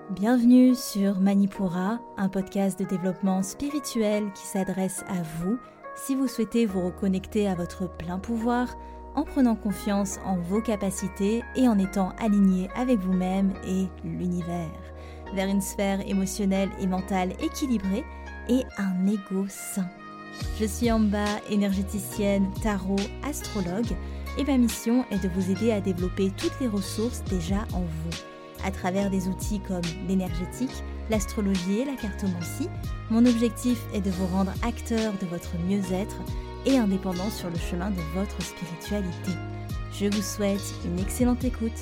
Bienvenue sur Manipura, un podcast de développement spirituel qui s'adresse à vous si vous souhaitez vous reconnecter à votre plein pouvoir en prenant confiance en vos capacités et en étant aligné avec vous-même et l'univers, vers une sphère émotionnelle et mentale équilibrée et un ego sain. Je suis Amba, énergéticienne, tarot, astrologue et ma mission est de vous aider à développer toutes les ressources déjà en vous. À travers des outils comme l'énergétique, l'astrologie et la cartomancie, mon objectif est de vous rendre acteur de votre mieux-être et indépendant sur le chemin de votre spiritualité. Je vous souhaite une excellente écoute.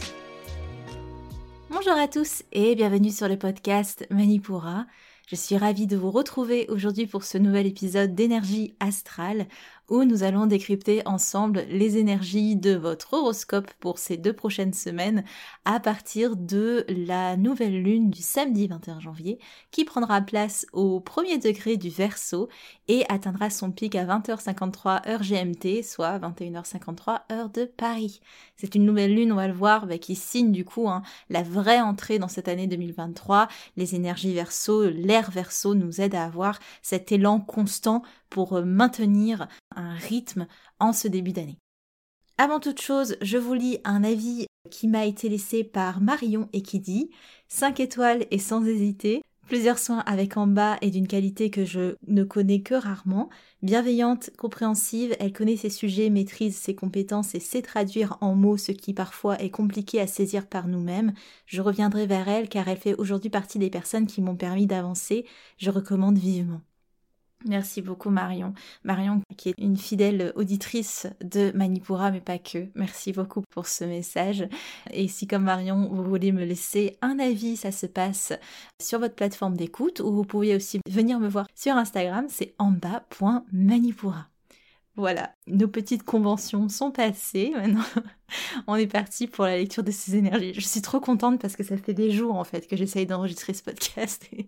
Bonjour à tous et bienvenue sur le podcast Manipura. Je suis ravie de vous retrouver aujourd'hui pour ce nouvel épisode d'énergie astrale où nous allons décrypter ensemble les énergies de votre horoscope pour ces 2 prochaines semaines à partir de la nouvelle lune du samedi 21 janvier qui prendra place au premier degré du Verseau et atteindra son pic à 20h53 heure GMT, soit 21h53 heure de Paris. C'est une nouvelle lune, on va le voir, qui signe du coup la vraie entrée dans cette année 2023. Les énergies Verseau, l'ère Verseau nous aide à avoir cet élan constant pour maintenir un rythme en ce début d'année. Avant toute chose, je vous lis un avis qui m'a été laissé par Marion et qui dit 5 étoiles et sans hésiter, plusieurs soins avec Amba et d'une qualité que je ne connais que rarement, bienveillante, compréhensive, elle connaît ses sujets, maîtrise ses compétences et sait traduire en mots ce qui parfois est compliqué à saisir par nous-mêmes. Je reviendrai vers elle car elle fait aujourd'hui partie des personnes qui m'ont permis d'avancer, je recommande vivement. Merci beaucoup Marion. Marion qui est une fidèle auditrice de Manipura mais pas que. Merci beaucoup pour ce message. Et si comme Marion vous voulez me laisser un avis, ça se passe sur votre plateforme d'écoute ou vous pouvez aussi venir me voir sur Instagram, c'est amba.manipura. Voilà, nos petites conventions sont passées. Maintenant, on est parti pour la lecture de ces énergies. Je suis trop contente parce que ça fait des jours en fait que j'essaye d'enregistrer ce podcast et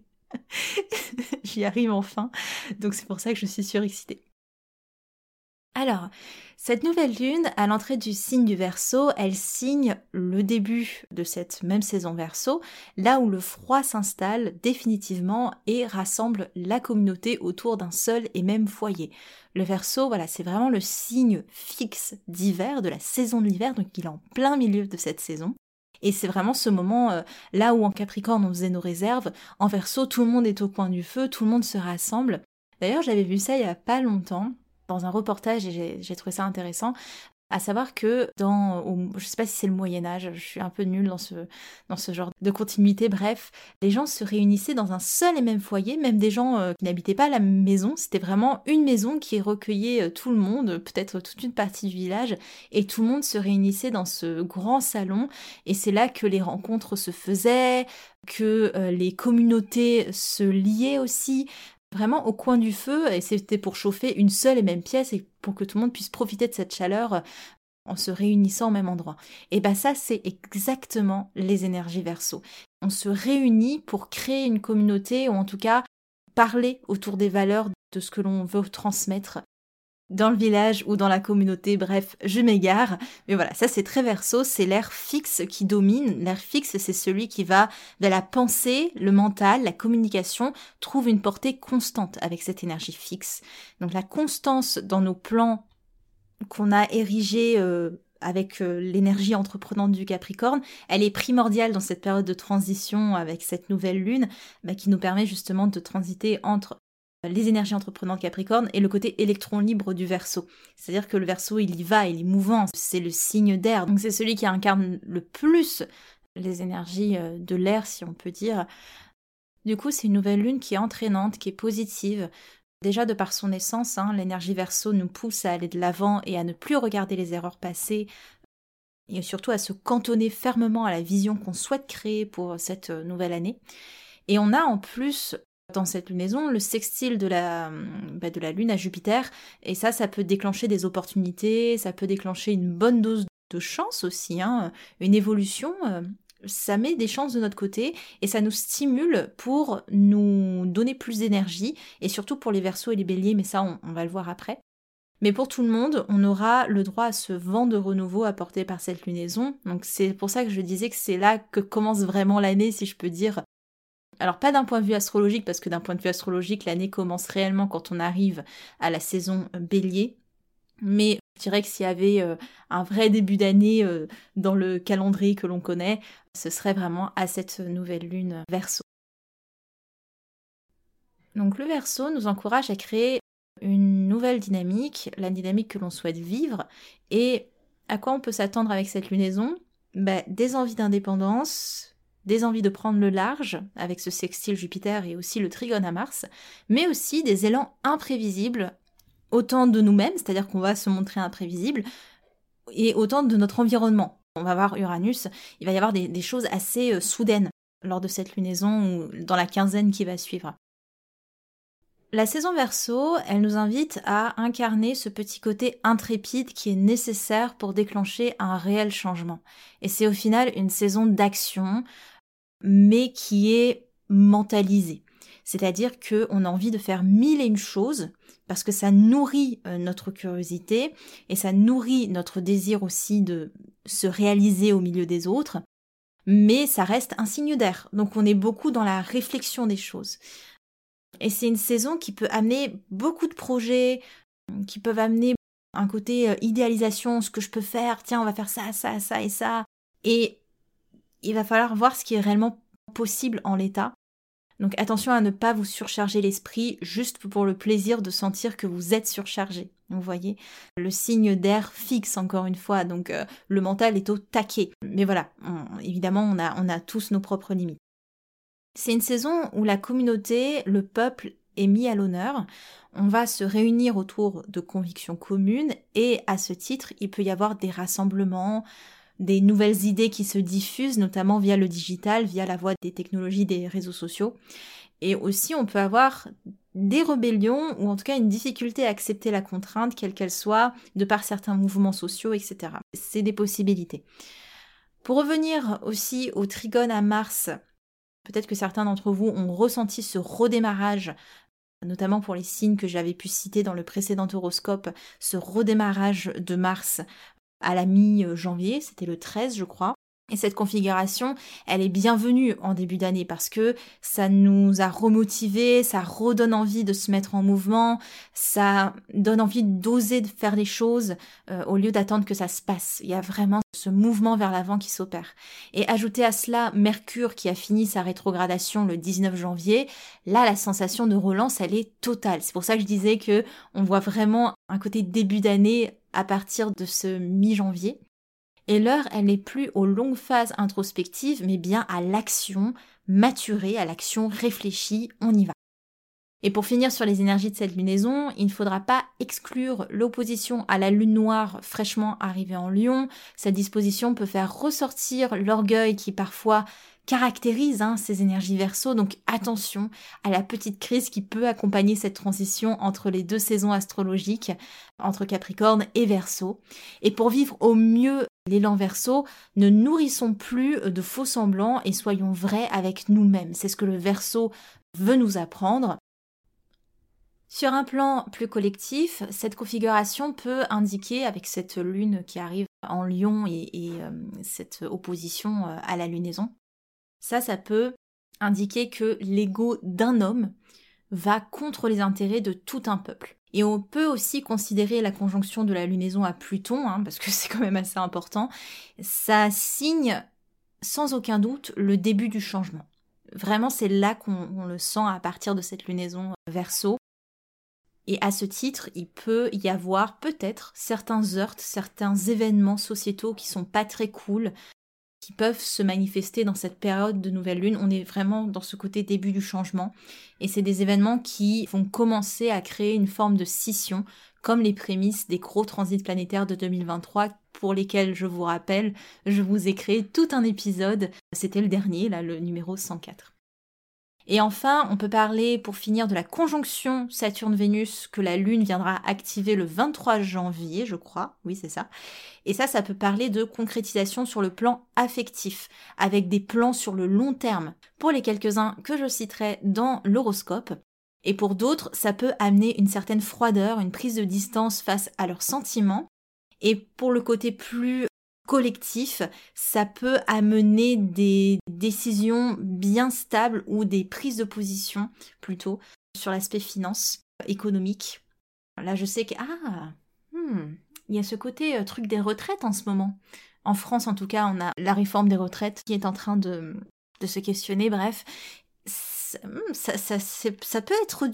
j'y arrive enfin, donc c'est pour ça que je suis surexcitée. Alors, cette nouvelle lune, à l'entrée du signe du Verseau, elle signe le début de cette même saison Verseau, là où le froid s'installe définitivement et rassemble la communauté autour d'un seul et même foyer. Le Verseau, voilà, c'est vraiment le signe fixe d'hiver, de la saison de l'hiver, donc il est en plein milieu de cette saison. Et c'est vraiment ce moment là où en Capricorne on faisait nos réserves, en Verseau tout le monde est au coin du feu, tout le monde se rassemble. D'ailleurs j'avais vu ça il y a pas longtemps dans un reportage et j'ai trouvé ça intéressant, à savoir que je sais pas si c'est le Moyen-Âge, je suis un peu nulle dans ce genre de continuité, bref, les gens se réunissaient dans un seul et même foyer, même des gens qui n'habitaient pas la même maison, c'était vraiment une maison qui recueillait tout le monde, peut-être toute une partie du village, et tout le monde se réunissait dans ce grand salon, et c'est là que les rencontres se faisaient, que les communautés se liaient aussi, vraiment au coin du feu, et c'était pour chauffer une seule et même pièce et pour que tout le monde puisse profiter de cette chaleur en se réunissant au même endroit. Et ça c'est exactement les énergies Verseau. On se réunit pour créer une communauté ou en tout cas parler autour des valeurs de ce que l'on veut transmettre dans le village ou dans la communauté, bref, je m'égare. Mais voilà, ça c'est très Verseau, c'est l'air fixe qui domine. L'air fixe, c'est celui qui va de la pensée, le mental, la communication, trouve une portée constante avec cette énergie fixe. Donc la constance dans nos plans qu'on a érigés avec l'énergie entreprenante du Capricorne, elle est primordiale dans cette période de transition avec cette nouvelle lune qui nous permet justement de transiter entre les énergies entreprenantes Capricorne et le côté électron libre du Verseau. C'est-à-dire que le Verseau, il y va, il est mouvant, c'est le signe d'air. Donc c'est celui qui incarne le plus les énergies de l'air, si on peut dire. Du coup, c'est une nouvelle lune qui est entraînante, qui est positive. Déjà, de par son essence, l'énergie Verseau nous pousse à aller de l'avant et à ne plus regarder les erreurs passées, et surtout à se cantonner fermement à la vision qu'on souhaite créer pour cette nouvelle année. Et on a en plus dans cette lunaison le sextile de la Lune à Jupiter, et ça peut déclencher des opportunités, ça peut déclencher une bonne dose de chance aussi, une évolution, ça met des chances de notre côté, et ça nous stimule pour nous donner plus d'énergie, et surtout pour les Verseaux et les Béliers, mais ça on va le voir après. Mais pour tout le monde, on aura le droit à ce vent de renouveau apporté par cette lunaison, donc c'est pour ça que je disais que c'est là que commence vraiment l'année, si je peux dire, Alors pas d'un point de vue astrologique, parce que d'un point de vue astrologique, l'année commence réellement quand on arrive à la saison Bélier, mais je dirais que s'il y avait un vrai début d'année dans le calendrier que l'on connaît, ce serait vraiment à cette nouvelle lune Verseau. Donc le Verseau nous encourage à créer une nouvelle dynamique, la dynamique que l'on souhaite vivre, et à quoi on peut s'attendre avec cette lunaison ? Des envies d'indépendance, des envies de prendre le large, avec ce sextile Jupiter et aussi le trigone à Mars, mais aussi des élans imprévisibles, autant de nous-mêmes, c'est-à-dire qu'on va se montrer imprévisible, et autant de notre environnement. On va voir Uranus, il va y avoir des choses assez soudaines lors de cette lunaison ou dans la quinzaine qui va suivre. La saison Verseau, elle nous invite à incarner ce petit côté intrépide qui est nécessaire pour déclencher un réel changement. Et c'est au final une saison d'action, mais qui est mentalisée. C'est-à-dire qu'on a envie de faire mille et une choses, parce que ça nourrit notre curiosité, et ça nourrit notre désir aussi de se réaliser au milieu des autres, mais ça reste un signe d'air. Donc on est beaucoup dans la réflexion des choses. Et c'est une saison qui peut amener beaucoup de projets, qui peuvent amener un côté idéalisation, ce que je peux faire, tiens, on va faire ça, ça, ça et ça. Et il va falloir voir ce qui est réellement possible en l'état. Donc attention à ne pas vous surcharger l'esprit juste pour le plaisir de sentir que vous êtes surchargé. Vous voyez, le signe d'air fixe encore une fois, donc le mental est au taquet. Mais voilà, évidemment, on a tous nos propres limites. C'est une saison où la communauté, le peuple est mis à l'honneur. On va se réunir autour de convictions communes et à ce titre, il peut y avoir des rassemblements, des nouvelles idées qui se diffusent, notamment via le digital, via la voie des technologies des réseaux sociaux. Et aussi, on peut avoir des rébellions ou en tout cas une difficulté à accepter la contrainte, quelle qu'elle soit, de par certains mouvements sociaux, etc. C'est des possibilités. Pour revenir aussi au trigone à Mars, peut-être que certains d'entre vous ont ressenti ce redémarrage, notamment pour les signes que j'avais pu citer dans le précédent horoscope, ce redémarrage de Mars à la mi-janvier, c'était le 13 je crois. Et cette configuration, elle est bienvenue en début d'année parce que ça nous a remotivés, ça redonne envie de se mettre en mouvement, ça donne envie d'oser de faire les choses au lieu d'attendre que ça se passe. Il y a vraiment ce mouvement vers l'avant qui s'opère. Et ajouter à cela Mercure qui a fini sa rétrogradation le 19 janvier, là la sensation de relance, elle est totale. C'est pour ça que je disais que on voit vraiment un côté début d'année à partir de ce mi-janvier. Et l'heure, elle n'est plus aux longues phases introspectives, mais bien à l'action maturée, à l'action réfléchie, on y va. Et pour finir sur les énergies de cette lunaison, il ne faudra pas exclure l'opposition à la lune noire fraîchement arrivée en Lion. Cette disposition peut faire ressortir l'orgueil qui parfois caractérise ces énergies Verseau, donc attention à la petite crise qui peut accompagner cette transition entre les deux saisons astrologiques, entre Capricorne et Verseau. Et pour vivre au mieux l'élan Verseau, ne nourrissons plus de faux semblants et soyons vrais avec nous-mêmes. C'est ce que le Verseau veut nous apprendre. Sur un plan plus collectif, cette configuration peut indiquer, avec cette lune qui arrive en Lion et cette opposition à la lunaison, ça peut indiquer que l'ego d'un homme va contre les intérêts de tout un peuple. Et on peut aussi considérer la conjonction de la lunaison à Pluton, parce que c'est quand même assez important, ça signe sans aucun doute le début du changement. Vraiment, c'est là qu'on le sent à partir de cette lunaison Verseau. Et à ce titre, il peut y avoir peut-être certains heurts, certains événements sociétaux qui sont pas très cool, qui peuvent se manifester dans cette période de nouvelle lune. On est vraiment dans ce côté début du changement. Et c'est des événements qui vont commencer à créer une forme de scission, comme les prémices des gros transits planétaires de 2023, pour lesquels, je vous rappelle, je vous ai créé tout un épisode. C'était le dernier, là, le numéro 104. Et enfin, on peut parler, pour finir, de la conjonction Saturne-Vénus que la Lune viendra activer le 23 janvier, je crois. Oui, c'est ça. Et ça peut parler de concrétisation sur le plan affectif, avec des plans sur le long terme, pour les quelques-uns que je citerai dans l'horoscope. Et pour d'autres, ça peut amener une certaine froideur, une prise de distance face à leurs sentiments. Et pour le côté plus collectif, ça peut amener des décisions bien stables ou des prises de position plutôt sur l'aspect finance, économique. Là, je sais il y a ce côté truc des retraites en ce moment. En France, en tout cas, on a la réforme des retraites qui est en train de se questionner. Bref, ça peut être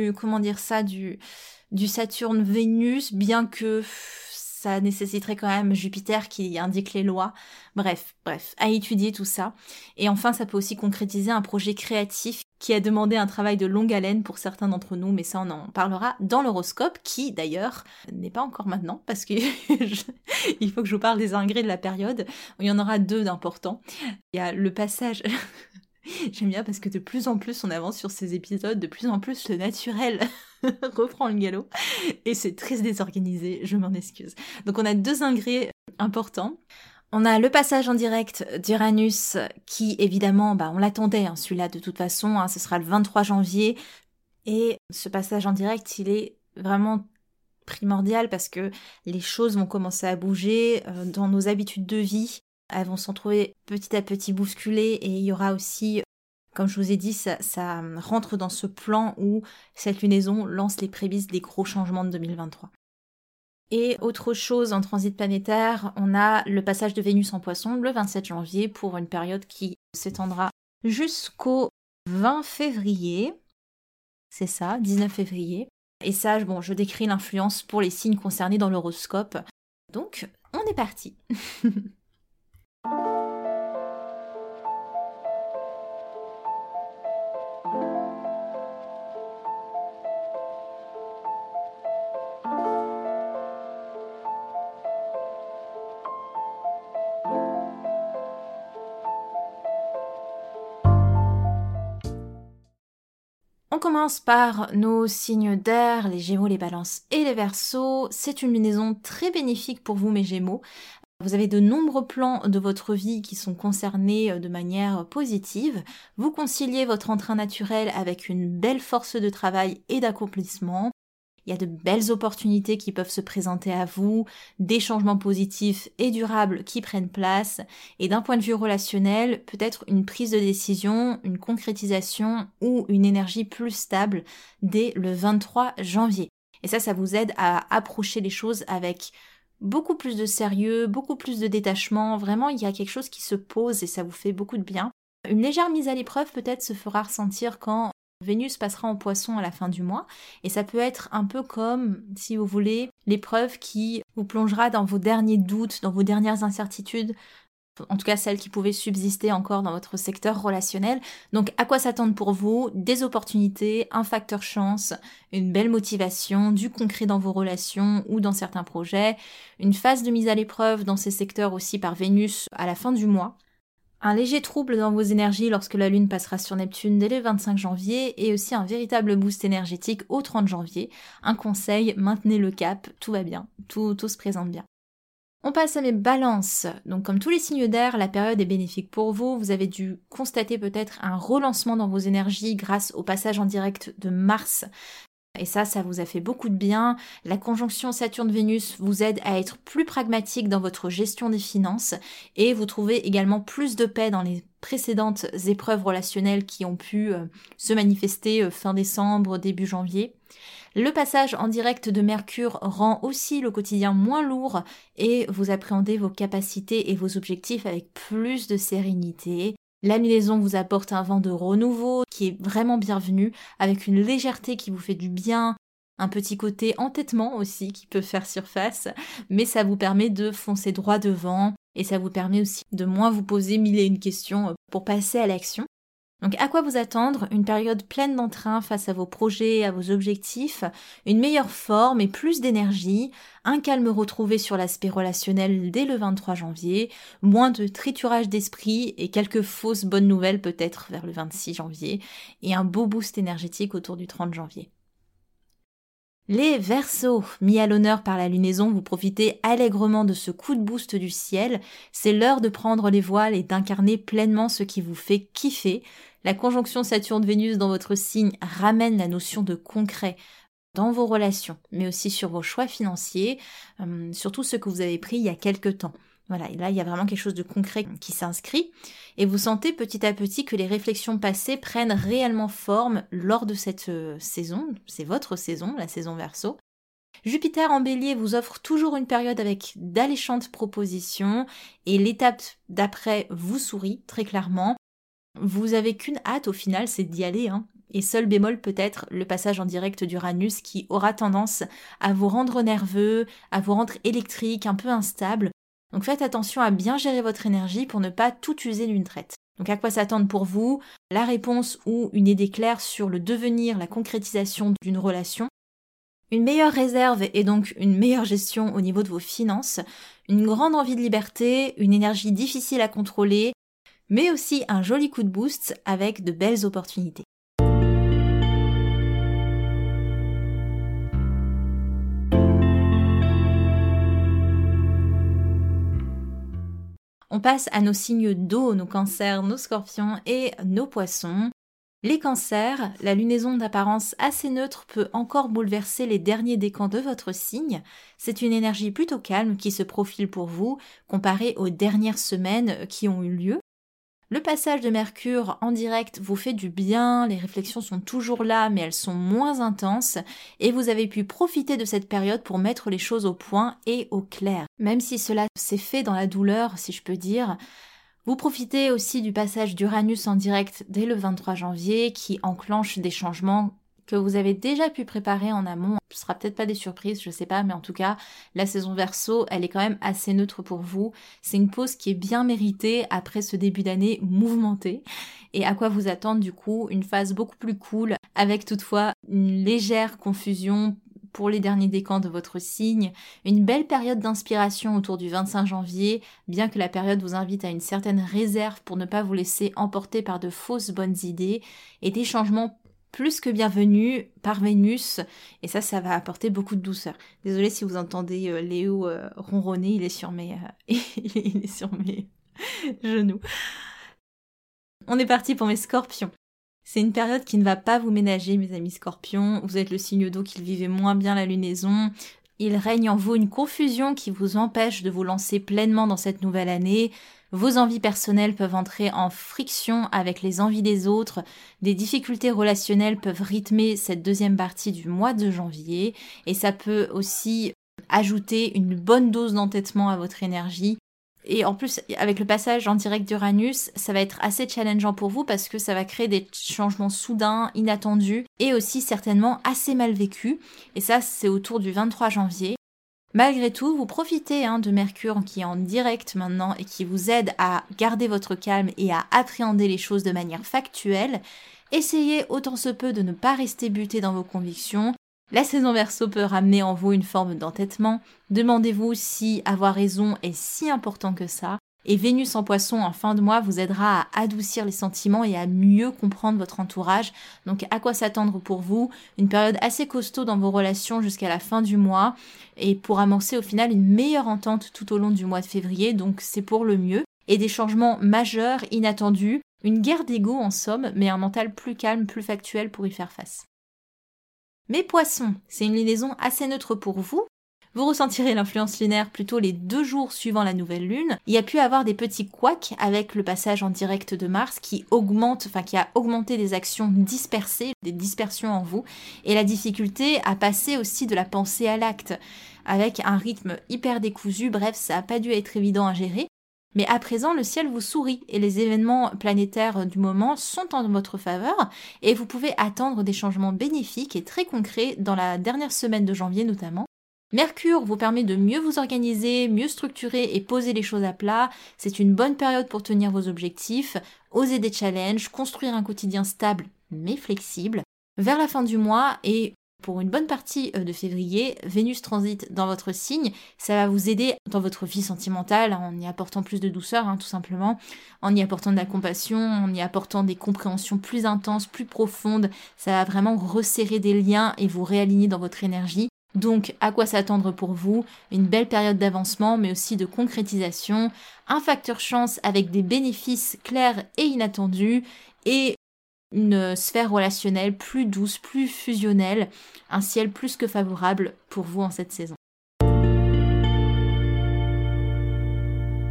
du Saturne-Vénus, bien que ça nécessiterait quand même Jupiter qui indique les lois. Bref, à étudier tout ça. Et enfin, ça peut aussi concrétiser un projet créatif qui a demandé un travail de longue haleine pour certains d'entre nous, mais ça on en parlera dans l'horoscope, qui d'ailleurs n'est pas encore maintenant, parce que il faut que je vous parle des ingrés de la période. Il y en aura 2 d'importants. Il y a le passage... J'aime bien parce que de plus en plus on avance sur ces épisodes, de plus en plus le naturel reprend le galop, et c'est très désorganisé, je m'en excuse. Donc on a 2 ingrés importants. On a le passage en direct d'Uranus qui, évidemment, on l'attendait, celui-là de toute façon, ce sera le 23 janvier. Et ce passage en direct, il est vraiment primordial parce que les choses vont commencer à bouger dans nos habitudes de vie. Elles vont s'en trouver petit à petit bousculées, et il y aura aussi, comme je vous ai dit, ça rentre dans ce plan où cette lunaison lance les prémices des gros changements de 2023. Et autre chose en transit planétaire, on a le passage de Vénus en Poisson le 27 janvier pour une période qui s'étendra jusqu'au 20 février. C'est ça, 19 février. Et ça, je décris l'influence pour les signes concernés dans l'horoscope. Donc, on est parti. On commence par nos signes d'air, les Gémeaux, les Balances et les Verseaux. C'est une lunaison très bénéfique pour vous, mes Gémeaux. Vous avez de nombreux plans de votre vie qui sont concernés de manière positive. Vous conciliez votre entrain naturel avec une belle force de travail et d'accomplissement. Il y a de belles opportunités qui peuvent se présenter à vous, des changements positifs et durables qui prennent place, et d'un point de vue relationnel, peut-être une prise de décision, une concrétisation ou une énergie plus stable dès le 23 janvier. Et ça vous aide à approcher les choses avec beaucoup plus de sérieux, beaucoup plus de détachement. Vraiment, il y a quelque chose qui se pose et ça vous fait beaucoup de bien. Une légère mise à l'épreuve peut-être se fera ressentir quand Vénus passera en Poisson à la fin du mois, et ça peut être un peu comme, si vous voulez, l'épreuve qui vous plongera dans vos derniers doutes, dans vos dernières incertitudes, en tout cas celles qui pouvaient subsister encore dans votre secteur relationnel. Donc à quoi s'attendre pour vous? Des opportunités, un facteur chance, une belle motivation, du concret dans vos relations ou dans certains projets, une phase de mise à l'épreuve dans ces secteurs aussi par Vénus à la fin du mois. Un léger trouble dans vos énergies lorsque la Lune passera sur Neptune dès le 25 janvier, et aussi un véritable boost énergétique au 30 janvier. Un conseil, maintenez le cap, tout va bien, tout se présente bien. On passe à mes balances. Donc comme tous les signes d'air, la période est bénéfique pour vous. Vous avez dû constater peut-être un relancement dans vos énergies grâce au passage en direct de Mars. Et ça vous a fait beaucoup de bien. La conjonction Saturne-Vénus vous aide à être plus pragmatique dans votre gestion des finances, et vous trouvez également plus de paix dans les précédentes épreuves relationnelles qui ont pu se manifester fin décembre, début janvier. Le passage en direct de Mercure rend aussi le quotidien moins lourd et vous appréhendez vos capacités et vos objectifs avec plus de sérénité. La lunaison vous apporte un vent de renouveau qui est vraiment bienvenu, avec une légèreté qui vous fait du bien, un petit côté entêtement aussi qui peut faire surface, mais ça vous permet de foncer droit devant, et ça vous permet aussi de moins vous poser mille et une questions pour passer à l'action. Donc à quoi vous attendre? Une période pleine d'entrain face à vos projets, à vos objectifs, une meilleure forme et plus d'énergie, un calme retrouvé sur l'aspect relationnel dès le 23 janvier, moins de triturage d'esprit et quelques fausses bonnes nouvelles peut-être vers le 26 janvier, et un beau boost énergétique autour du 30 janvier. Les Verseaux, mis à l'honneur par la lunaison, vous profitez allègrement de ce coup de boost du ciel. C'est l'heure de prendre les voiles et d'incarner pleinement ce qui vous fait kiffer. La conjonction Saturne-Vénus dans votre signe ramène la notion de concret dans vos relations, mais aussi sur vos choix financiers, surtout ceux que vous avez pris il y a quelque temps. Voilà, et là, il y a vraiment quelque chose de concret qui s'inscrit. Et vous sentez petit à petit que les réflexions passées prennent réellement forme lors de cette saison. C'est votre saison, la saison Verseau. Jupiter en Bélier vous offre toujours une période avec d'alléchantes propositions et l'étape d'après vous sourit très clairement. Vous avez qu'une hâte au final, c'est d'y aller, Et seul bémol peut-être le passage en direct d'Uranus qui aura tendance à vous rendre nerveux, à vous rendre électrique, un peu instable. Donc faites attention à bien gérer votre énergie pour ne pas tout user d'une traite. Donc à quoi s'attendre pour vous? La réponse ou une idée claire sur le devenir, la concrétisation d'une relation. Une meilleure réserve et donc une meilleure gestion au niveau de vos finances. Une grande envie de liberté, une énergie difficile à contrôler, mais aussi un joli coup de boost avec de belles opportunités. On passe à nos signes d'eau, nos cancers, nos scorpions et nos poissons. Les cancers, la lunaison d'apparence assez neutre peut encore bouleverser les derniers décans de votre signe. C'est une énergie plutôt calme qui se profile pour vous, comparée aux dernières semaines qui ont eu lieu. Le passage de Mercure en direct vous fait du bien, les réflexions sont toujours là mais elles sont moins intenses et vous avez pu profiter de cette période pour mettre les choses au point et au clair. Même si cela s'est fait dans la douleur, si je peux dire, vous profitez aussi du passage d'Uranus en direct dès le 23 janvier qui enclenche des changements que vous avez déjà pu préparer en amont. Ce sera peut-être pas des surprises, je sais pas, mais en tout cas, la saison Verseau, elle est quand même assez neutre pour vous. C'est une pause qui est bien méritée après ce début d'année mouvementé. Et à quoi vous attendre du coup? Une phase beaucoup plus cool, avec toutefois une légère confusion pour les derniers décans de votre signe, une belle période d'inspiration autour du 25 janvier, bien que la période vous invite à une certaine réserve pour ne pas vous laisser emporter par de fausses bonnes idées, et des changements plus que bienvenue par Vénus, et ça va apporter beaucoup de douceur. Désolée si vous entendez Léo ronronner, il est sur mes genoux. On est parti pour mes scorpions. C'est une période qui ne va pas vous ménager, mes amis scorpions. Vous êtes le signe d'eau qui vivait moins bien la lunaison. Il règne en vous une confusion qui vous empêche de vous lancer pleinement dans cette nouvelle année. Vos envies personnelles peuvent entrer en friction avec les envies des autres. Des difficultés relationnelles peuvent rythmer cette deuxième partie du mois de janvier. Et ça peut aussi ajouter une bonne dose d'entêtement à votre énergie. Et en plus, avec le passage en direct d'Uranus, ça va être assez challengeant pour vous parce que ça va créer des changements soudains, inattendus et aussi certainement assez mal vécus. Et ça, c'est autour du 23 janvier. Malgré tout, vous profitez de Mercure qui est en direct maintenant et qui vous aide à garder votre calme et à appréhender les choses de manière factuelle. Essayez autant se peut de ne pas rester buté dans vos convictions. La saison Verseau peut ramener en vous une forme d'entêtement. Demandez-vous si avoir raison est si important que ça. Et Vénus en Poisson en fin de mois vous aidera à adoucir les sentiments et à mieux comprendre votre entourage. Donc à quoi s'attendre pour vous? Une période assez costaud dans vos relations jusqu'à la fin du mois et pour amorcer au final une meilleure entente tout au long du mois de février, donc c'est pour le mieux. Et des changements majeurs, inattendus, une guerre d'ego en somme, mais un mental plus calme, plus factuel pour y faire face. Mes poissons, c'est une lunaison assez neutre pour vous. Vous ressentirez l'influence lunaire plutôt les 2 jours suivant la nouvelle lune. Il y a pu avoir des petits couacs avec le passage en direct de Mars qui a augmenté des actions dispersées, des dispersions en vous, et la difficulté à passer aussi de la pensée à l'acte, avec un rythme hyper décousu. Bref, ça n'a pas dû être évident à gérer. Mais à présent, le ciel vous sourit et les événements planétaires du moment sont en votre faveur et vous pouvez attendre des changements bénéfiques et très concrets dans la dernière semaine de janvier notamment. Mercure vous permet de mieux vous organiser, mieux structurer et poser les choses à plat. C'est une bonne période pour tenir vos objectifs, oser des challenges, construire un quotidien stable mais flexible. Vers la fin du mois et pour une bonne partie de février, Vénus transite dans votre signe. Ça va vous aider dans votre vie sentimentale en y apportant plus de douceur, tout simplement, en y apportant de la compassion, en y apportant des compréhensions plus intenses, plus profondes. Ça va vraiment resserrer des liens et vous réaligner dans votre énergie. Donc, à quoi s'attendre pour vous? Une belle période d'avancement, mais aussi de concrétisation, un facteur chance avec des bénéfices clairs et inattendus, et une sphère relationnelle plus douce, plus fusionnelle, un ciel plus que favorable pour vous en cette saison.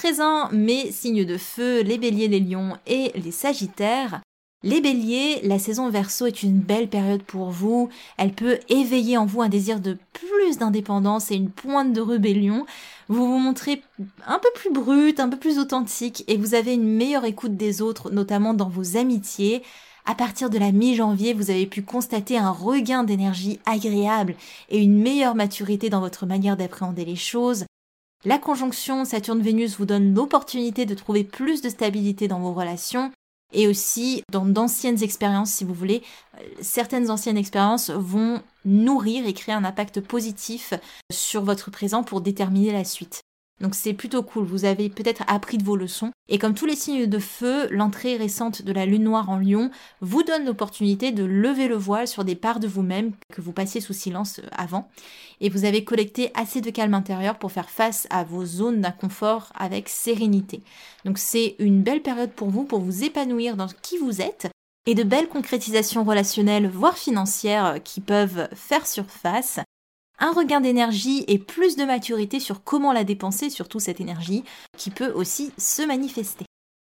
présent, mes signes de feu, les béliers, les lions et les sagittaires. Les béliers, la saison Verseau est une belle période pour vous. Elle peut éveiller en vous un désir de plus d'indépendance et une pointe de rébellion. Vous vous montrez un peu plus brut, un peu plus authentique et vous avez une meilleure écoute des autres, notamment dans vos amitiés. À partir de la mi-janvier, vous avez pu constater un regain d'énergie agréable et une meilleure maturité dans votre manière d'appréhender les choses. La conjonction Saturne-Vénus vous donne l'opportunité de trouver plus de stabilité dans vos relations et aussi dans d'anciennes expériences, si vous voulez. Certaines anciennes expériences vont nourrir et créer un impact positif sur votre présent pour déterminer la suite. Donc c'est plutôt cool, vous avez peut-être appris de vos leçons. Et comme tous les signes de feu, l'entrée récente de la lune noire en Lion vous donne l'opportunité de lever le voile sur des parts de vous-même que vous passiez sous silence avant. Et vous avez collecté assez de calme intérieur pour faire face à vos zones d'inconfort avec sérénité. Donc c'est une belle période pour vous épanouir dans qui vous êtes. Et de belles concrétisations relationnelles, voire financières, qui peuvent faire surface. Un regain d'énergie et plus de maturité sur comment la dépenser, surtout cette énergie, qui peut aussi se manifester.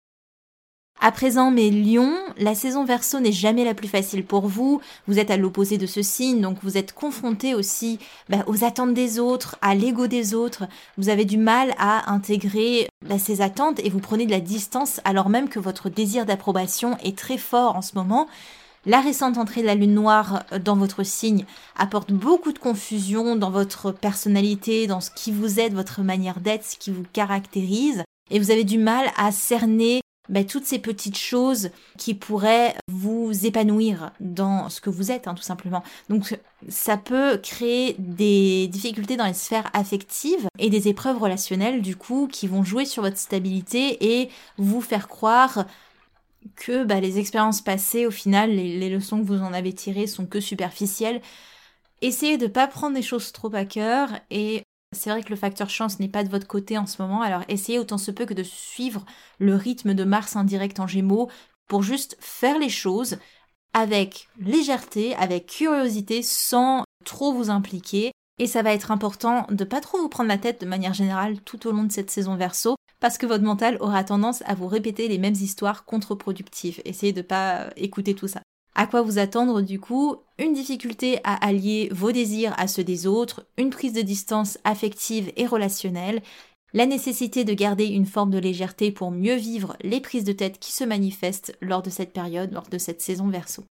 À présent, mes lions, la saison Verseau n'est jamais la plus facile pour vous. Vous êtes à l'opposé de ce signe, donc vous êtes confrontés aussi aux attentes des autres, à l'ego des autres. Vous avez du mal à intégrer ces attentes et vous prenez de la distance alors même que votre désir d'approbation est très fort en ce moment. La récente entrée de la lune noire dans votre signe apporte beaucoup de confusion dans votre personnalité, dans ce qui vous êtes, votre manière d'être, ce qui vous caractérise. Et vous avez du mal à cerner toutes ces petites choses qui pourraient vous épanouir dans ce que vous êtes, tout simplement. Donc ça peut créer des difficultés dans les sphères affectives et des épreuves relationnelles, du coup, qui vont jouer sur votre stabilité et vous faire croire que les expériences passées, au final, les leçons que vous en avez tirées sont que superficielles. Essayez de ne pas prendre les choses trop à cœur et c'est vrai que le facteur chance n'est pas de votre côté en ce moment, alors essayez autant se peut que de suivre le rythme de Mars indirect en Gémeaux pour juste faire les choses avec légèreté, avec curiosité, sans trop vous impliquer. Et ça va être important de pas trop vous prendre la tête de manière générale tout au long de cette saison Verseau, parce que votre mental aura tendance à vous répéter les mêmes histoires contre-productives. Essayez de pas écouter tout ça. À quoi vous attendre du coup? Une difficulté à allier vos désirs à ceux des autres, une prise de distance affective et relationnelle, la nécessité de garder une forme de légèreté pour mieux vivre les prises de tête qui se manifestent lors de cette période, lors de cette saison Verseau.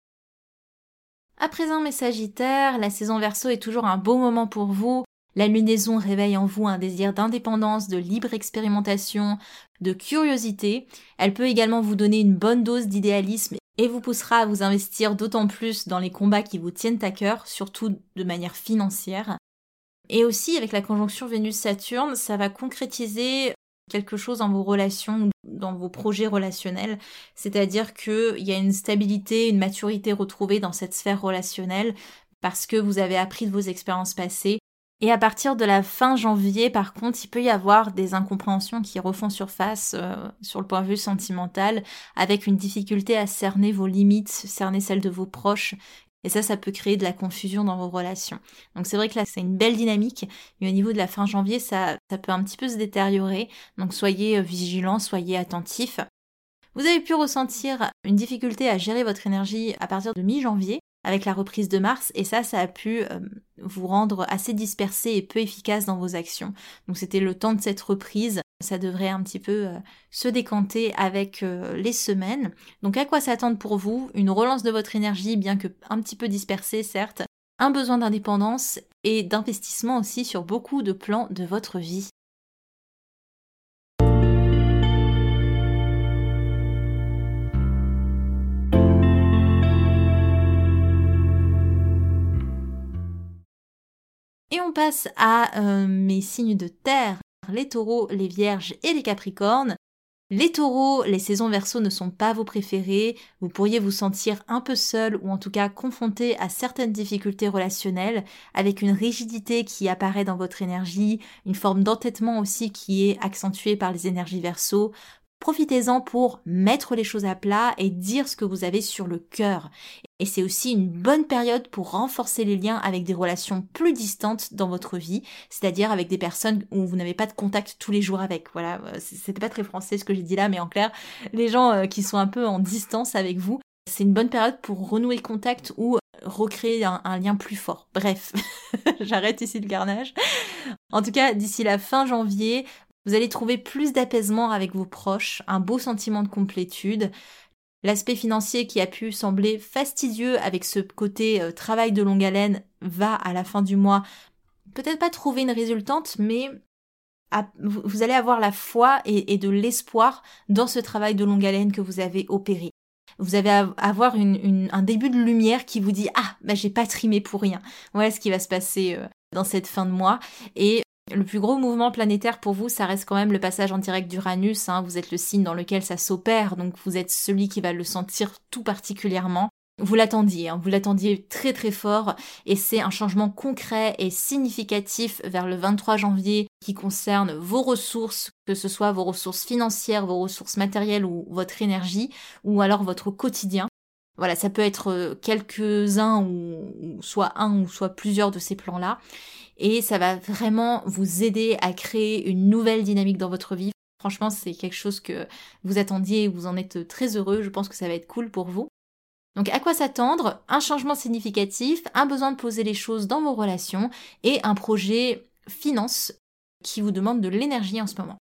À présent mes Sagittaires, la saison Verseau est toujours un beau moment pour vous. La lunaison réveille en vous un désir d'indépendance, de libre expérimentation, de curiosité. Elle peut également vous donner une bonne dose d'idéalisme et vous poussera à vous investir d'autant plus dans les combats qui vous tiennent à cœur, surtout de manière financière. Et aussi, avec la conjonction Vénus-Saturne, ça va concrétiser quelque chose dans vos relations, dans vos projets relationnels. C'est-à-dire qu'il y a une stabilité, une maturité retrouvée dans cette sphère relationnelle parce que vous avez appris de vos expériences passées. Et à partir de la fin janvier, par contre, il peut y avoir des incompréhensions qui refont surface sur le point de vue sentimental, avec une difficulté à cerner vos limites, cerner celles de vos proches. Et ça peut créer de la confusion dans vos relations. Donc c'est vrai que là, c'est une belle dynamique, mais au niveau de la fin janvier, ça peut un petit peu se détériorer. Donc soyez vigilants, soyez attentifs. Vous avez pu ressentir une difficulté à gérer votre énergie à partir de mi-janvier, avec la reprise de Mars, et ça a pu vous rendre assez dispersé et peu efficace dans vos actions. Donc c'était le temps de cette reprise, ça devrait un petit peu se décanter avec les semaines. Donc à quoi s'attendre pour vous? Une relance de votre énergie, bien que un petit peu dispersée certes, un besoin d'indépendance et d'investissement aussi sur beaucoup de plans de votre vie. Et on passe à mes signes de terre, les taureaux, les vierges et les capricornes. Les taureaux, les saisons Verseau ne sont pas vos préférés, vous pourriez vous sentir un peu seul ou en tout cas confronté à certaines difficultés relationnelles, avec une rigidité qui apparaît dans votre énergie, une forme d'entêtement aussi qui est accentuée par les énergies Verseau. Profitez-en pour mettre les choses à plat et dire ce que vous avez sur le cœur. Et c'est aussi une bonne période pour renforcer les liens avec des relations plus distantes dans votre vie, c'est-à-dire avec des personnes où vous n'avez pas de contact tous les jours avec. Voilà, c'était pas très français ce que j'ai dit là, mais en clair, les gens qui sont un peu en distance avec vous, c'est une bonne période pour renouer contact ou recréer un lien plus fort. Bref, j'arrête ici le carnage. En tout cas, d'ici la fin janvier, vous allez trouver plus d'apaisement avec vos proches, un beau sentiment de complétude. L'aspect financier qui a pu sembler fastidieux avec ce côté travail de longue haleine va à la fin du mois peut-être pas trouver une résultante, mais vous allez avoir la foi et de l'espoir dans ce travail de longue haleine que vous avez opéré. Vous allez avoir un début de lumière qui vous dit « Ah, j'ai pas trimé pour rien ». Voilà ce qui va se passer dans cette fin de mois. Et le plus gros mouvement planétaire pour vous, ça reste quand même le passage en direct d'Uranus. Vous êtes le signe dans lequel ça s'opère, donc vous êtes celui qui va le sentir tout particulièrement. Vous l'attendiez, vous l'attendiez très très fort, et c'est un changement concret et significatif vers le 23 janvier qui concerne vos ressources, que ce soit vos ressources financières, vos ressources matérielles ou votre énergie, ou alors votre quotidien. Voilà, ça peut être quelques-uns ou soit un ou soit plusieurs de ces plans-là. Et ça va vraiment vous aider à créer une nouvelle dynamique dans votre vie. Franchement, c'est quelque chose que vous attendiez et vous en êtes très heureux. Je pense que ça va être cool pour vous. Donc à quoi s'attendre? Un changement significatif, un besoin de poser les choses dans vos relations et un projet finance qui vous demande de l'énergie en ce moment.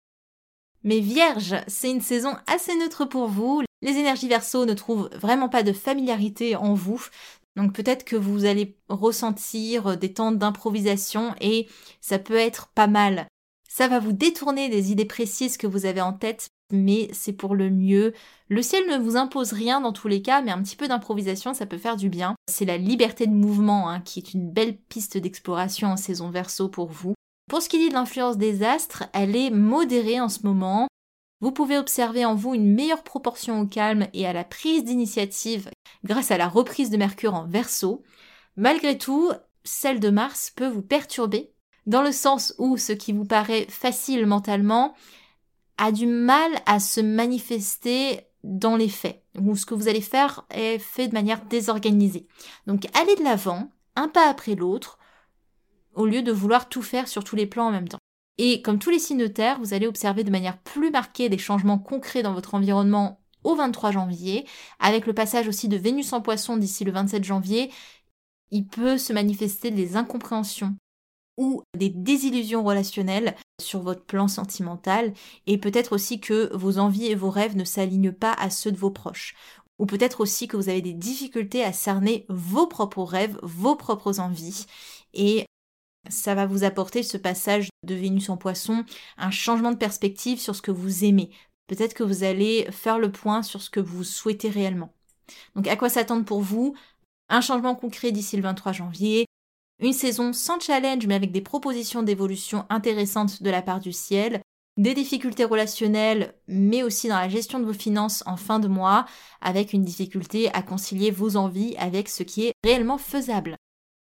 Mais Vierge, c'est une saison assez neutre pour vous. Les énergies Verseau ne trouvent vraiment pas de familiarité en vous. Donc peut-être que vous allez ressentir des temps d'improvisation et ça peut être pas mal. Ça va vous détourner des idées précises que vous avez en tête, mais c'est pour le mieux. Le ciel ne vous impose rien dans tous les cas, mais un petit peu d'improvisation, ça peut faire du bien. C'est la liberté de mouvement qui est une belle piste d'exploration en saison Verseau pour vous. Pour ce qui dit de l'influence des astres, elle est modérée en ce moment. Vous pouvez observer en vous une meilleure proportion au calme et à la prise d'initiative grâce à la reprise de Mercure en Verseau. Malgré tout, celle de Mars peut vous perturber, dans le sens où ce qui vous paraît facile mentalement a du mal à se manifester dans les faits, ou ce que vous allez faire est fait de manière désorganisée. Donc allez de l'avant, un pas après l'autre, au lieu de vouloir tout faire sur tous les plans en même temps. Et comme tous les signes de terre, vous allez observer de manière plus marquée des changements concrets dans votre environnement au 23 janvier, avec le passage aussi de Vénus en Poisson d'ici le 27 janvier, il peut se manifester des incompréhensions ou des désillusions relationnelles sur votre plan sentimental, et peut-être aussi que vos envies et vos rêves ne s'alignent pas à ceux de vos proches. Ou peut-être aussi que vous avez des difficultés à cerner vos propres rêves, vos propres envies, et ça va vous apporter ce passage de Vénus en Poisson, un changement de perspective sur ce que vous aimez. Peut-être que vous allez faire le point sur ce que vous souhaitez réellement. Donc à quoi s'attendre pour vous? Un changement concret d'ici le 23 janvier, une saison sans challenge mais avec des propositions d'évolution intéressantes de la part du ciel, des difficultés relationnelles mais aussi dans la gestion de vos finances en fin de mois, avec une difficulté à concilier vos envies avec ce qui est réellement faisable.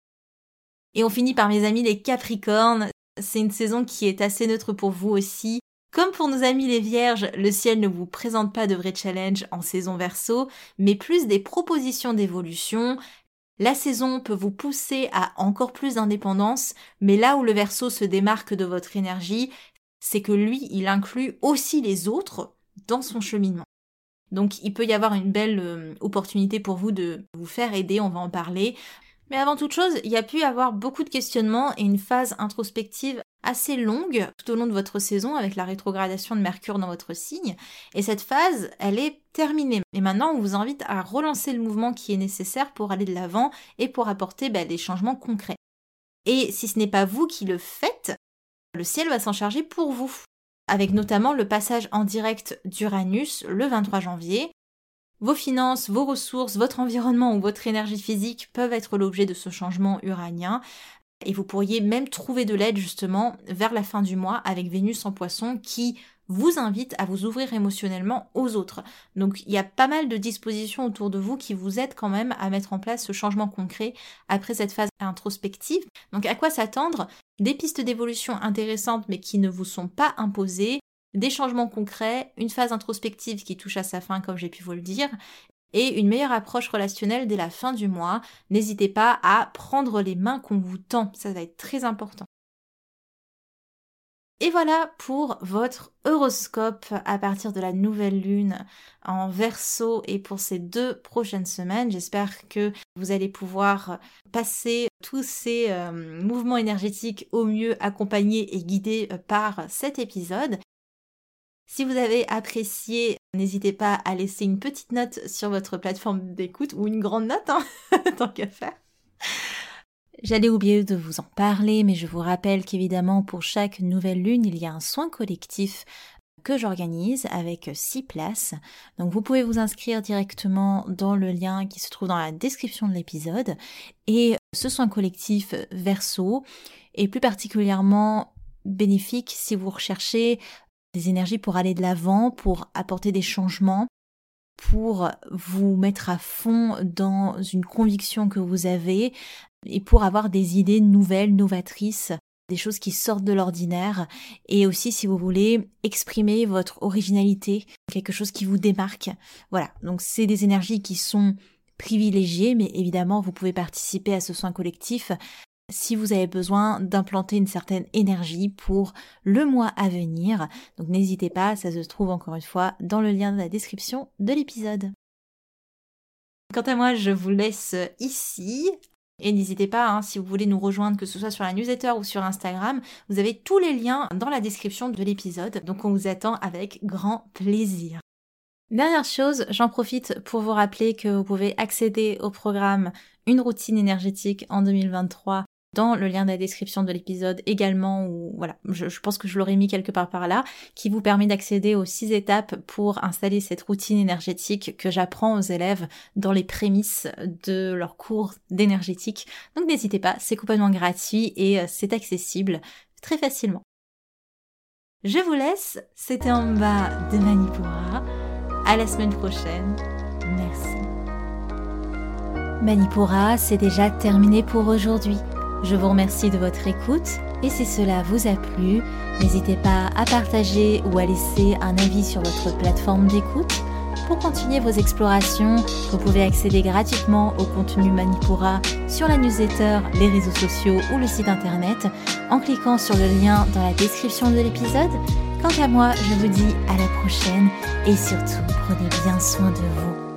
Et on finit par mes amis les Capricornes, c'est une saison qui est assez neutre pour vous aussi. Comme pour nos amis les Vierges, le ciel ne vous présente pas de vrais challenges en saison Verseau, mais plus des propositions d'évolution. La saison peut vous pousser à encore plus d'indépendance, mais là où le Verseau se démarque de votre énergie, c'est que lui, il inclut aussi les autres dans son cheminement. Donc il peut y avoir une belle opportunité pour vous de vous faire aider, on va en parler. Mais avant toute chose, il y a pu y avoir beaucoup de questionnements et une phase introspective assez longue tout au long de votre saison avec la rétrogradation de Mercure dans votre signe. Et cette phase, elle est terminée. Et maintenant, on vous invite à relancer le mouvement qui est nécessaire pour aller de l'avant et pour apporter des changements concrets. Et si ce n'est pas vous qui le faites, le ciel va s'en charger pour vous. Avec notamment le passage en direct d'Uranus le 23 janvier. Vos finances, vos ressources, votre environnement ou votre énergie physique peuvent être l'objet de ce changement uranien. Et vous pourriez même trouver de l'aide justement vers la fin du mois avec Vénus en Poisson qui vous invite à vous ouvrir émotionnellement aux autres. Donc il y a pas mal de dispositions autour de vous qui vous aident quand même à mettre en place ce changement concret après cette phase introspective. Donc à quoi s'attendre? Des pistes d'évolution intéressantes mais qui ne vous sont pas imposées, des changements concrets, une phase introspective qui touche à sa fin comme j'ai pu vous le dire, et une meilleure approche relationnelle dès la fin du mois. N'hésitez pas à prendre les mains qu'on vous tend, ça va être très important. Et voilà pour votre horoscope à partir de la nouvelle lune en Verseau et pour ces 2 prochaines semaines. J'espère que vous allez pouvoir passer tous ces mouvements énergétiques au mieux accompagnés et guidés par cet épisode. Si vous avez apprécié, n'hésitez pas à laisser une petite note sur votre plateforme d'écoute ou une grande note, tant qu'à faire. J'allais oublier de vous en parler, mais je vous rappelle qu'évidemment pour chaque nouvelle lune, il y a un soin collectif que j'organise avec 6 places. Donc vous pouvez vous inscrire directement dans le lien qui se trouve dans la description de l'épisode. Et ce soin collectif Verseau est plus particulièrement bénéfique si vous recherchez des énergies pour aller de l'avant, pour apporter des changements, pour vous mettre à fond dans une conviction que vous avez et pour avoir des idées nouvelles, novatrices, des choses qui sortent de l'ordinaire et aussi si vous voulez exprimer votre originalité, quelque chose qui vous démarque. Voilà, donc c'est des énergies qui sont privilégiées, mais évidemment vous pouvez participer à ce soin collectif si vous avez besoin d'implanter une certaine énergie pour le mois à venir. Donc n'hésitez pas, ça se trouve encore une fois dans le lien de la description de l'épisode. Quant à moi, je vous laisse ici. Et n'hésitez pas, si vous voulez nous rejoindre, que ce soit sur la newsletter ou sur Instagram, vous avez tous les liens dans la description de l'épisode. Donc on vous attend avec grand plaisir. Dernière chose, j'en profite pour vous rappeler que vous pouvez accéder au programme Une routine énergétique en 2023 dans le lien de la description de l'épisode également, ou voilà, je pense que je l'aurais mis quelque part par là, qui vous permet d'accéder aux 6 étapes pour installer cette routine énergétique que j'apprends aux élèves dans les prémices de leur cours d'énergétique. Donc n'hésitez pas, c'est complètement gratuit et c'est accessible très facilement. Je vous laisse, c'était en bas de Manipura. À la semaine prochaine. Merci. Manipura, c'est déjà terminé pour aujourd'hui. Je vous remercie de votre écoute et si cela vous a plu, n'hésitez pas à partager ou à laisser un avis sur votre plateforme d'écoute. Pour continuer vos explorations, vous pouvez accéder gratuitement au contenu Manipura sur la newsletter, les réseaux sociaux ou le site internet en cliquant sur le lien dans la description de l'épisode. Quant à moi, je vous dis à la prochaine et surtout, prenez bien soin de vous.